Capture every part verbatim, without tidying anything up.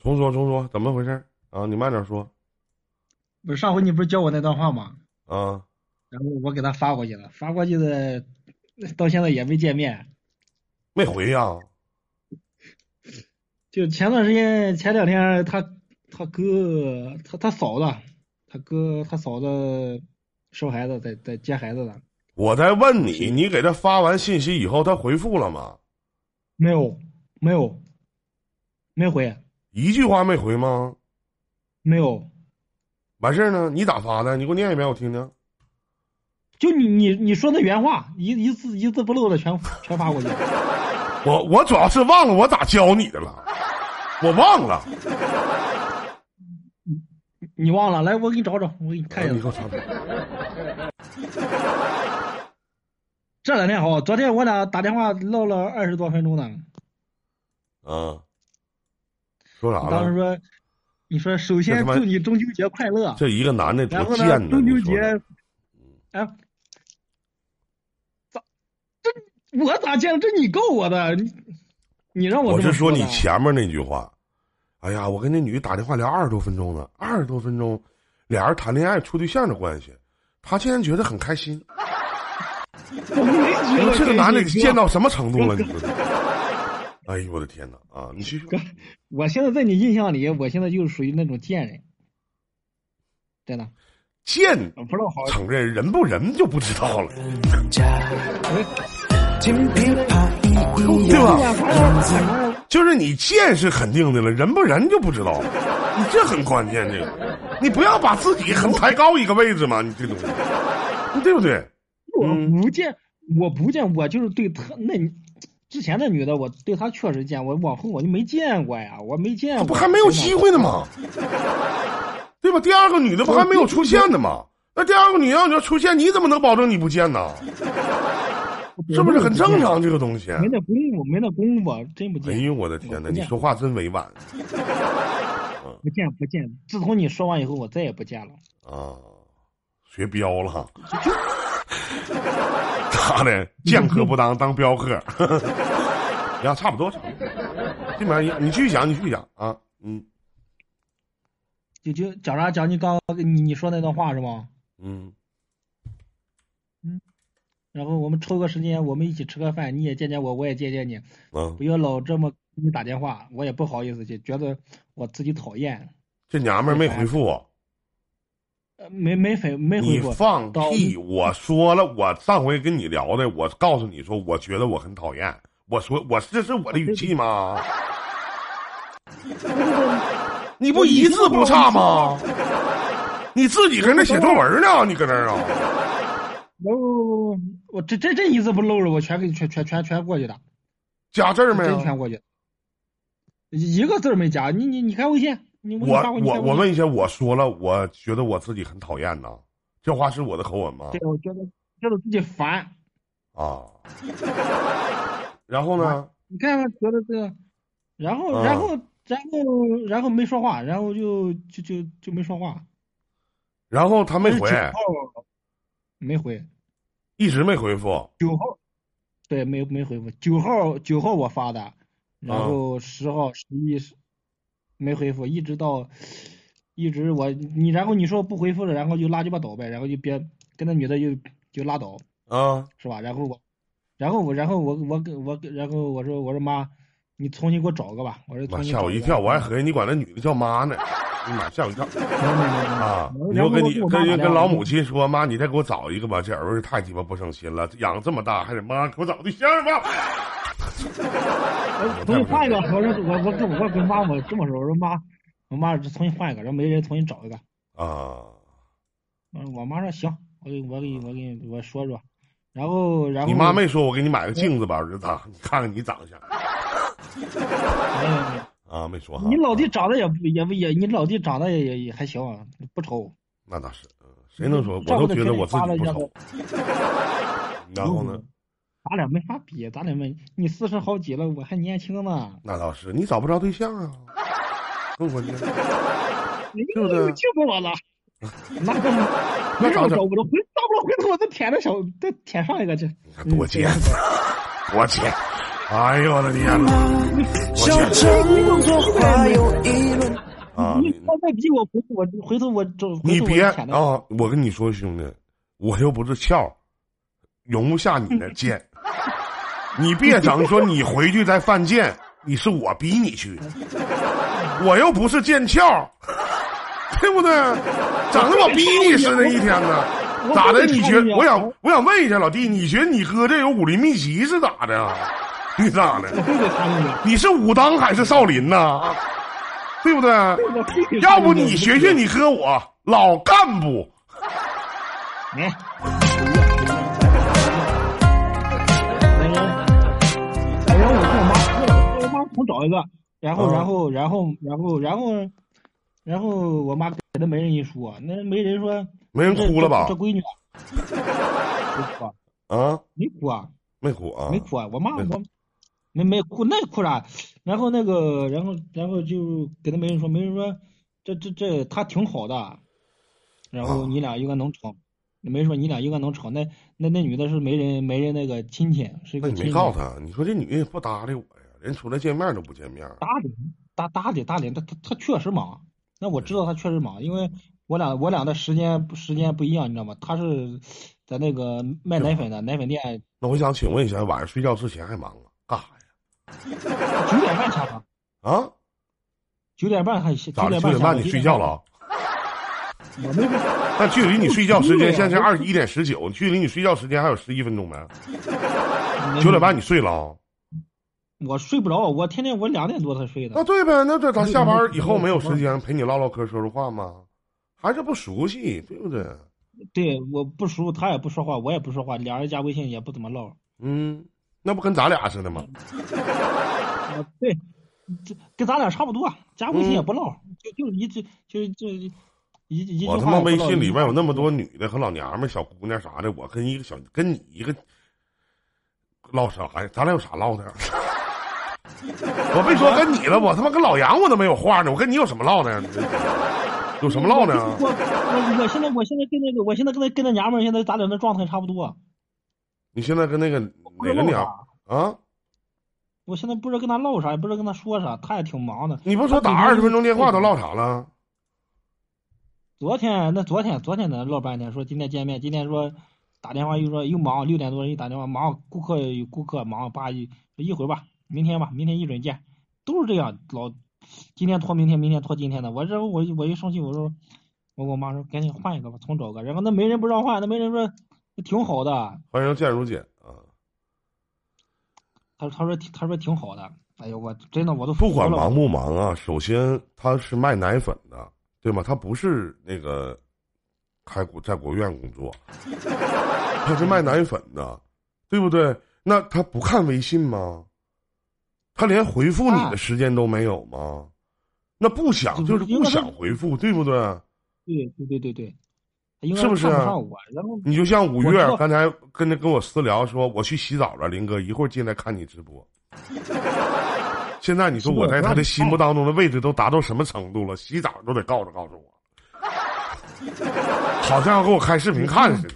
重说重说，怎么回事啊？你慢点说。 不是上回你不是教我那段话吗？ 啊， 然后我给他发过去了，发过去的到现在也没见面。 没回呀、啊？ 就前段时间前两天他他哥他他嫂子他哥他嫂子生孩子在在接孩子呢。 我在问你，你给他发完信息以后，他回复了吗？ 没有，没有，没回， 一句话没回吗？ 没有。 完事呢？你咋发的？你给我念一遍，我听听。 就你你你说的原话，一一字一字不漏的全全发过去。 我我主要是忘了我咋教你的了，我忘了。 你忘了？来，我给你找找，我给你看一下。 你给我查查。 这两天好，昨天我俩打电话唠了二十多分钟呢。 嗯，说啥了？ 当时说，你说首先祝你中秋节快乐。 这一个男的多贱呢！ 中秋节，哎，咋这我咋见这你告我的？你你让我我是说你前面那句话。哎呀，我跟那女的打电话聊二十多分钟了，二十多分钟，俩人谈恋爱处对象的关系，他竟然觉得很开心。 我没觉得这个男的贱到什么程度了？你说？哎呦我的天哪！啊，你继续。 我现在在你印象里，我现在就是属于那种贱人，真的。 贱不知道好承认，人不人就不知道了，对吧？就是你贱是肯定的了，人不人就不知道了，你这很关键。这个，你不要把自己很抬高一个位置嘛，你这东西，对不对？ 我不见，我不见，我就是对他那之前的女的，我对她确实见，我往后我就没见过呀，我没见过。 不还没有机会呢吗？对吧？第二个女的不还没有出现呢吗？那第二个女要你要出现，你怎么能保证你不见呢？是不是很正常？这个东西没那功夫，没那功夫，真不见。 哎呦我的天哪！你说话真委婉。 不见不见，自从你说完以后，我再也不见了。 啊，学彪了哈。咋的？剑客不当当镖客。呀，差不多，差不多。基本上一样。你继续讲，你继续讲啊，嗯。 就就讲啥？讲你刚你你说那段话是吗？ 嗯。 嗯。然后我们抽个时间，我们一起吃个饭，你也见见我，我也见见你。 嗯。 不要老这么给你打电话，我也不好意思，就觉得我自己讨厌。 这娘们儿没回复我。 呃，没没回没回复。 你放屁！我说了，我上回跟你聊的，我告诉你说，我觉得我很讨厌。我说我这是我的语气吗？你不一字不差吗？你自己搁那写作文呢？你搁那儿啊？ 哦，我这这这一字不漏了，我全给全全全全过去的。 加字儿没有？ 真全过去，一个字没加。你你你开微信，你我我我问一下，我说了，我觉得我自己很讨厌呐，这话是我的口吻吗？ 对，我觉得觉得自己烦啊。然后呢？ 你看吧，觉得这个，然后然后然后然后没说话，然后就就就就没说话。 然后他没回。 没回， 一直没回复。 九号，对，没没回复。九号九号我发的，然后十号、十一没回复，一直到一直我你然后你说不回复了，然后就拉鸡巴倒呗，然后就别跟那女的就就拉倒啊， 是吧？然后我，然后我然后我我我然后我说我说妈，你重新给我找个吧。我说吓我一跳，我还合计你管那女的叫妈呢。你妈吓我一跳啊！你又跟你跟跟老母亲说，妈，你再给我找一个吧，这儿子太鸡巴不省心了，养这么大还得妈给我找对象吧。 我重新换一个，我说我我跟我跟妈我这么说，我说妈，我妈重新换一个，让没人重新找一个啊。 嗯，我妈说行，我给我给我给我说说，然后然后你妈没说我给你买个镜子吧，儿子，你看看你长相。 没有没有。 啊，没说哈。 你老弟长得也也也，你老弟长得也也也还行，不丑。 那倒是，谁能说？我都觉得我自己不丑。然后呢？ 咱俩没法比，咱俩没你四十好几了，我还年轻呢。 那倒是，你找不着对象啊，更关键。 对不对？气死我了！那那找找不着，回找不着，回头我再舔着小，再舔上一个去。 多贱，多贱！哎呦我的天哪！ 小镇工作花有一再逼我回头我回头我走， 你别啊！我跟你说，兄弟，我又不是翘，容不下你的贱。你别整说你回去再犯贱，你是我逼你去，我又不是剑鞘，对不对？整的我逼你似的，一天呢？咋的？你觉我想我想问一下老弟，你觉得你喝这有武林秘籍是咋的啊？你咋的？你是武当还是少林呐？对不对？要不你学学你哥我老干部。 哎，然后我跟我妈，我妈重找一个，然后然后然后然后然后然后我妈给那媒人一说，那媒人说没人哭了吧？ 这闺女啊， 没哭啊， 没哭啊， 没哭啊，我妈我。没没哭，那哭啥？然后那个，然后然后就给那媒人说，媒人说这这这他挺好的，然后你俩应该能成。媒人说你俩应该能成。那那那女的是媒人媒人那个亲戚，是一个亲戚。 那你没告诉他？你说这女的也不搭理我呀，人出来见面都不见面。 搭理搭搭理搭理，他他他确实忙。那我知道他确实忙，因为我俩我俩的时间时间不一样，你知道吗？他是在那个卖奶粉的奶粉店。 那我想请问一下，晚上睡觉之前还忙啊？干啥呀？ 九点半下班啊？ 九点半还咋的？九点半你睡觉了啊？ 我没。 那距离你睡觉时间现在是二十一点十九，距离你睡觉时间还有十一分钟呗？九点半你睡了啊？ 我睡不着，我天天我两点多才睡的。 那对呗，那这咱下班以后没有时间陪你唠唠嗑说说话吗？还是不熟悉，对不对？ 对，我不熟，他也不说话，我也不说话，俩人加微信也不怎么唠。 嗯。那不跟咱俩似的吗？ 啊，对，这跟咱俩差不多，加微信也不唠，嗯、就就一直就就一一我他妈微信里面有那么多女的和老娘们、小姑娘啥的，我跟一个小跟你一个唠啥呀？咱俩有啥唠的？我别说跟你了，我他妈跟老杨我都没有话呢，我跟你有什么唠的？有什么唠呢？ 我我我现在我现在跟那个我现在跟那跟那娘们现在咱俩的状态差不多。 你现在跟那个哪个娘啊？ 我现在不知道跟他唠啥，也不知道跟他说啥，他也挺忙的。 你不说打二十分钟电话都唠啥了？ 昨天那昨天昨天呢唠半天，说今天见面，今天说打电话又说又忙，六点多人一打电话忙，顾客有顾客忙，爸一一会儿吧，明天吧，明天一准见，都是这样，老今天拖明天，明天拖今天的。我这我我一生气，我说我跟我妈说赶紧换一个吧，重找个。然后那媒人不让换，那媒人说挺好的， 欢迎见如姐啊。 他他说他说挺好的。哎呦，我真的我都不管忙不忙啊，首先他是卖奶粉的，对吗？他不是那个开国在国院工作，他是卖奶粉的，对不对？那他不看微信吗？他连回复你的时间都没有吗？啊、那不想就是不想回复，对不对？ 对对对对对。 是不是、啊？ 然后你就像五月刚才跟他跟我私聊说我去洗澡了，林哥一会儿进来看你直播。现在你说我在他的心目当中的位置都达到什么程度了？洗澡都得告诉告诉我，好像要给我开视频看似的。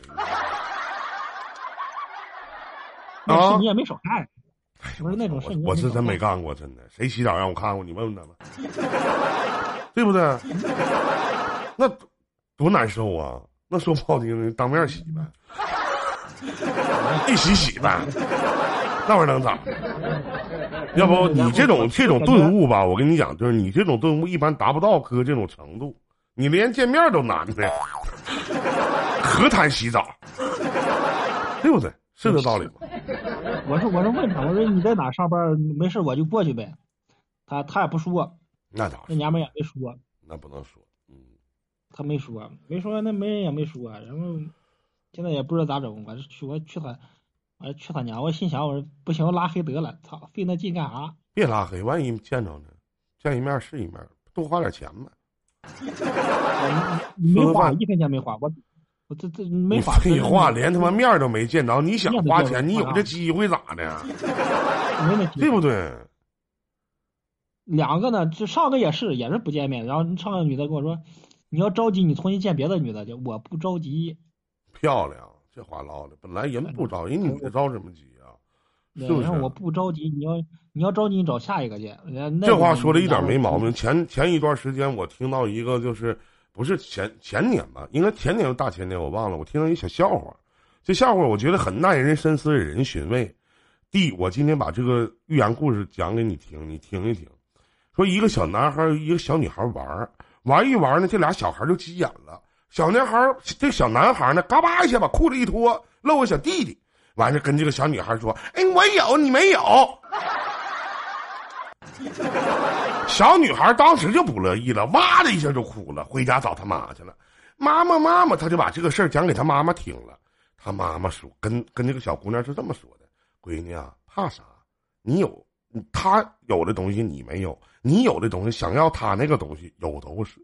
啊，你也没少看，不是那种事。 我是真没干过，真的，谁洗澡让我看过？你问问他们，对不对？那多难受啊！那说不好听，当面洗呗，一洗洗呗，那玩意儿能咋？要不你这种这种顿悟吧，我跟你讲，就是你这种顿悟一般达不到哥这种程度，你连见面都难的，何谈洗澡？对不对？是这道理吗？ 我说我说问他，我说你在哪上班？没事我就过去呗。他他也不说， 那咋？ 那娘们也没说， 那不能说。 他没说，没说，那媒人也没说，然后现在也不知道咋整。我去，我去他，我去他娘。我心想，我说不行，拉黑得了，操，费那劲干啥？ 别拉黑，万一见着呢，见一面是一面，多花点钱呗。 你没花，一分钱没花，我我这这没花。 废话，连他妈面都没见着，你想花钱，你有这机会咋的？对不对？ 两个呢，这上个也是，也是不见面，然后上个女的跟我说。你要着急，你重新见别的女的去。我不着急。 漂亮，这话唠的，本来人不着，人女的着什么急啊？ 是不是？ 我不着急，你要你要着急，你找下一个去。 这话说的一点没毛病。前前一段时间我听到一个，就是不是前前年吧，应该前年大前年我忘了，我听到一小笑话。这笑话我觉得很耐人深思，引人寻味。弟，我今天把这个寓言故事讲给你听，你听一听。说一个小男孩一个小女孩玩玩一玩呢，这俩小孩就急眼了。小男孩这小男孩呢，嘎巴一下把裤子一脱，露个小弟弟，完了跟这个小女孩说：“哎，我有，你没有。”小女孩当时就不乐意了，哇的一下就哭了，回家找他妈去了。妈妈，妈妈，他就把这个事儿讲给他妈妈听了。他妈妈说，跟跟这个小姑娘是这么说的：“闺女啊，怕啥？你有他有的东西你没有，你有的东西想要他那个东西有都是。”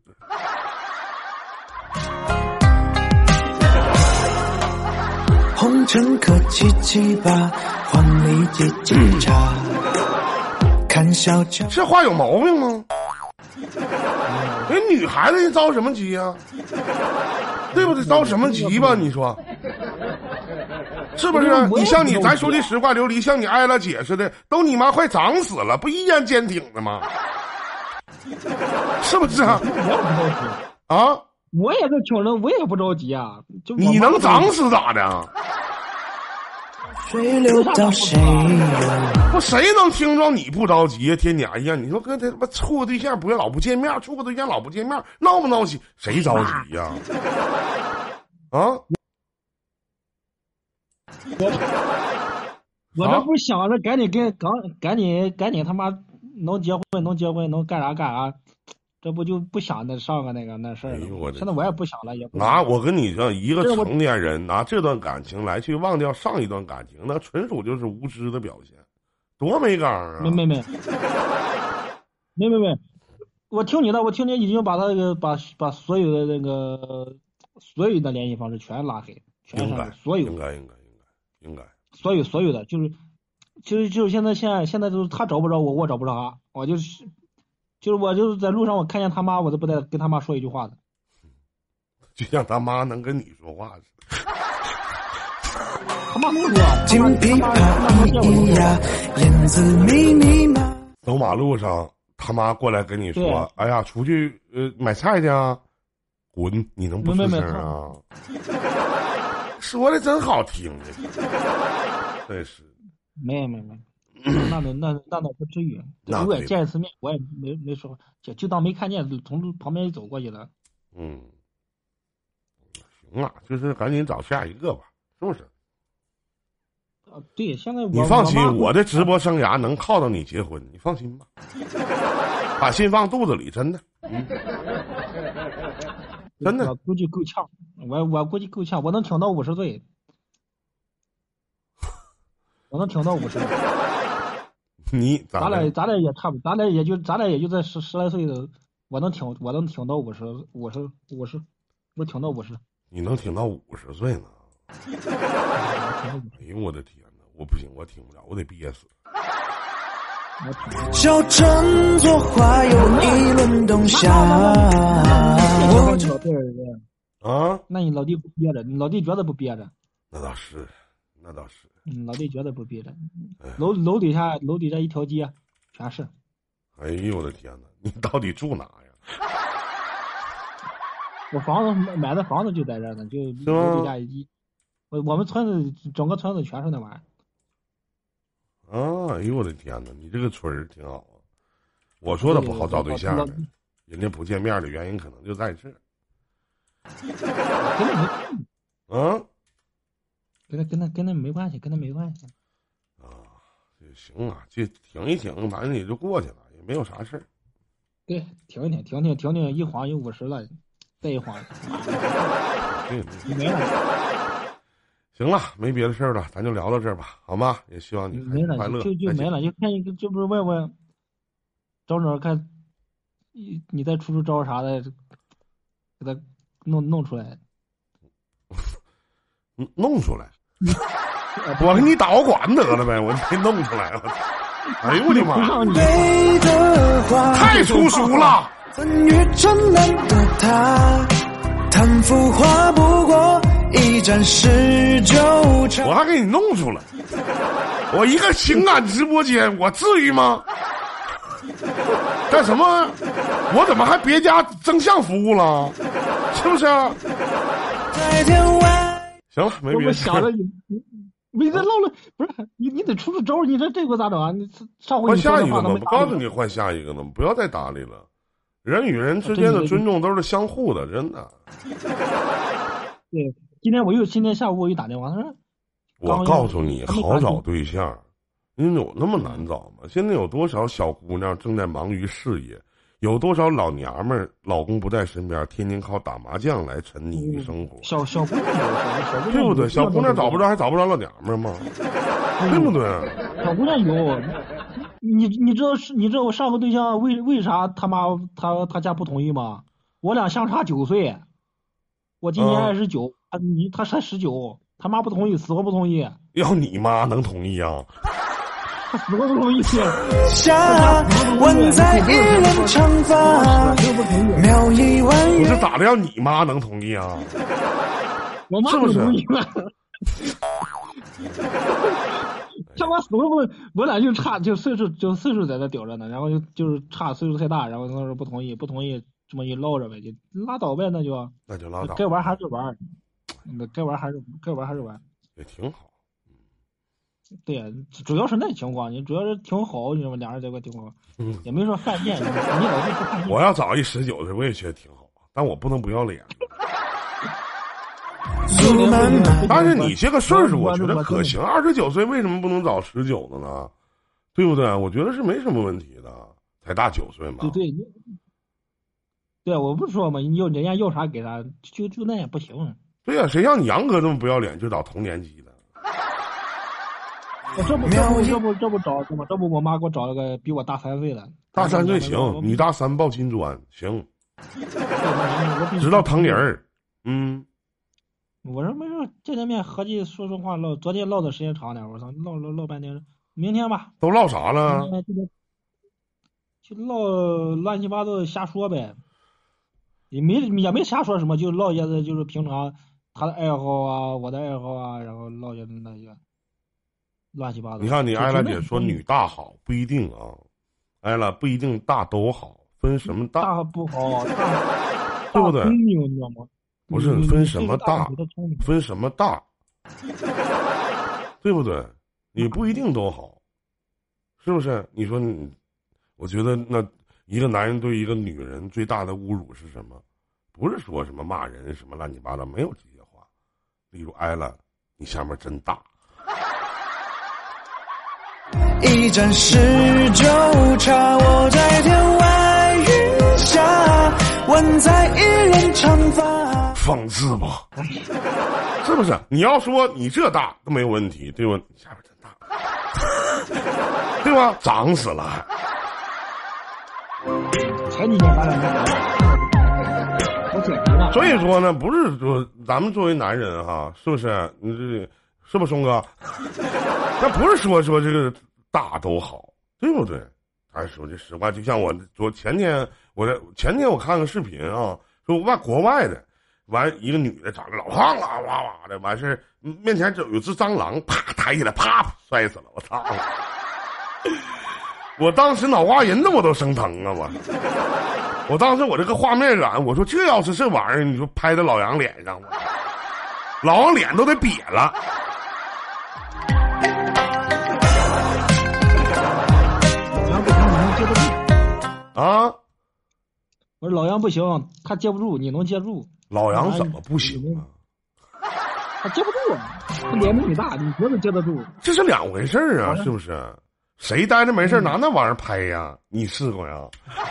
红尘客气七八，黄历几几茶。看小桥， 这话有毛病吗？人女孩子着什么急呀、啊？对不对？着什么急吧？你说是不是？你像你，咱说句实话，琉璃像你挨了姐似的，都你妈快长死了，不一言坚挺的吗？是不是啊？啊！ 我也是穷人，我也不着急啊。就你能长死咋的？ 水流到谁不谁能听着你不着急呀？天天哎呀，你说跟他妈处个对象不要老不见面，处个对象老不见面，闹不闹心？谁着急呀？啊！ 我我这不想着赶紧跟刚赶紧赶紧他妈能结婚能结婚能干啥干啥。这不就不想着上个那个那事儿了、哎？现在我也不想了，也不拿我跟你说，一个成年人拿这段感情来去忘掉上一段感情，那纯属就是无知的表现，多没刚啊！ 没没没，没没没，我听你的，我听你已经把他那个把把所有的那个所有的联系方式全拉黑，全删，所有应该应该应该应该所有所有的就是就是就是现在现在现在就是他找不着我，我找不着他，我就是。就是我就是在路上我看见他妈，我都不带跟他妈说一句话的， 就像他妈能跟你说话似的。 他妈没说，金噼啪咿呀，燕子密密麻。 走马路上，他妈过来跟你说：“哎呀，出去呃买菜去啊，滚！你能不吱声啊？”说的真好听的，真是。 没没没。那那那那倒不至于，我也见一次面，我也没没说，就就当没看见，从旁边走过去了。 嗯，行啊，就是赶紧找下一个吧，是不是？ 啊，对，现在我你放心，我的直播生涯能靠到你结婚，你放心吧。把心放肚子里，真的，嗯、真的。 我估计够呛，我我估计够呛，我能挺到五十岁，我能挺到五十。 你咱俩咱俩也差不多，咱俩也就咱俩也就在十十来岁的，我能挺我能挺到五十五十五十，我挺到五十。 你能挺到五十岁呢？哎呦我的天哪！我不行，我挺不了，我得憋死。 小镇作花有一轮冬夏。 啊？ 那你老弟不憋着？你老弟觉得不憋着？ 那倒是，那倒是。 嗯，老弟觉得不憋着，楼楼底下楼底下一条街，全是。 哎呦我的天哪！你到底住哪呀？ 我房子买的房子就在这儿呢，就楼底下一，我我们村子整个村子全是那玩意儿。啊！哎呦我的天哪！你这个村儿挺好啊。我说的不好找对象呢，人家不见面的原因可能就在这。啊？ 跟他跟他跟他没关系，跟他没关系。 啊，行啊，就停一停，反正也就过去了，也没有啥事儿。 对，停一停，停停停停，一晃有五十了，再一晃， 对， 没了。 行了，没别的事儿了，咱就聊到这儿吧，好吗？也希望你没了，就就没了，就看一个，就不是问问，找找看，你你再出出招啥的，给他弄弄出来。 弄出来。我给你打个管得了呗，我给弄出来了。哎呦我的妈！太出俗了。 风雨城南的他，贪腐化不过一战十九场。 我还给你弄出来。 我一个情感直播间，我至于吗？干什么？我怎么还别家增项服务了？是不是？行了，没别的。 我想着你，你这唠了，不是你，你得出出招。你说这个咋整啊？你上回换你说的下一个呢？ 话都没不告诉你换下一个呢？不要再搭理了。人与人之间的尊重都是相互的，真的。 对，今天我又今天下午我又打电话，他说：“ 我告诉你，好找对象，因为有那么难找吗？现在有多少小姑娘正在忙于事业？有多少老娘们儿老公不在身边，天天靠打麻将来沉溺于生活？ 小小姑娘有，小姑娘对不对？小姑娘找不着，还找不着老娘们儿吗？对不对？ 小姑娘有，你你知道是？你知道我上个对象为为啥他妈他他家不同意吗？我俩相差九岁，我今年二十九，他你他才十九，他妈不同意，死活不同意。 要你妈能同意啊？ 死活不同意。 下吻在一人长发，秒一万不是咋的？要你妈能同意啊？ 我妈不同意了。他妈死活不，我俩就差就岁数就岁数在那屌着呢，然后就就是差岁数太大，然后他说不同意，不同意这么一唠着呗，就拉倒呗，那就那就拉倒， 该玩还是玩，那该玩还是该玩还是玩， 也挺好。 对呀，主要是那情况，你主要是挺好，你知道吗？俩人这个情况，嗯，也没说犯贱，你老是不犯贱。 我要找一十九岁，我也觉得挺好，但我不能不要脸。但是你这个岁数，我觉得可行。二十九岁为什么不能找十九的呢？对不对？我觉得是没什么问题的，才大九岁嘛。 对对，对，我不是说嘛，你要人家要啥给他，就就那也不行。 对呀、啊，谁像你杨哥这么不要脸，就找同年级的？ 我这不这不这不这不找什么？这不我妈给我找了个比我大三岁的。 大三岁行，你大三抱金砖行。知道疼人儿，嗯。 我说没事，见见面合计说说话唠，昨天唠的时间长点，我操，唠唠唠半天，明天吧。 都唠啥了？ 就唠乱七八糟瞎说呗，也没也没瞎说什么，就唠一些子就是平常他的爱好啊，我的爱好啊，然后唠些那些乱七八糟。 你看你艾拉姐说女大好不一定啊，艾拉不一定大都好，分什么大？ 大不好，大对不对？ 你知道吗？ 不是分什么大，分什么大，对不对？你不一定都好，是不是？你说你，我觉得那一个男人对一个女人最大的侮辱是什么？不是说什么骂人什么乱七八糟，没有这些话。例如艾拉，你下面真大。 一盏十九茶，我在天外云下，吻在一人长发。 讽刺吧，是不是？你要说你这大都没有问题，对吧？你下边真大，对吧？长死了还。 前几年咱俩我简直了。 所以说呢，不是说咱们作为男人哈，是不是？你这是不是松哥？那不是说说这个大都好，对不对？还说这实话，就像我昨前天，我在前天我看个视频啊，说外国外的。完，一个女的长得老胖了，哇哇的，完事面前就有只蟑螂，啪抬起来，啪摔死了，我操！我当时脑瓜仁子我都生疼啊，我！我当时我这个画面感，我说这要是这玩意儿，你说拍在老杨脸上，老王脸都得瘪了。啊！ 我说老杨不行，他接不住，你能接住。 老杨怎么不行啊？ 他接不住啊，他脸比你大，你觉得接得住？ 这是两回事儿啊，是不是？谁待着没事拿那玩意儿拍呀？你试过呀？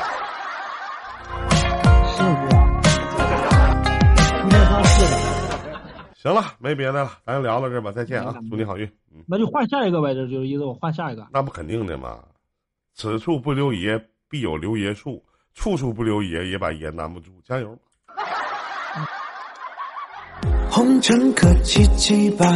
试过。今天刚试的。 行了，没别的了，咱就聊到这儿吧，再见啊！祝你好运。 嗯、那就换下一个呗，这就是意思，我换下一个。 那不肯定的嘛，此处不留爷，必有留爷处；处处不留爷，也把爷难不住。加油！ 红尘可期期吧。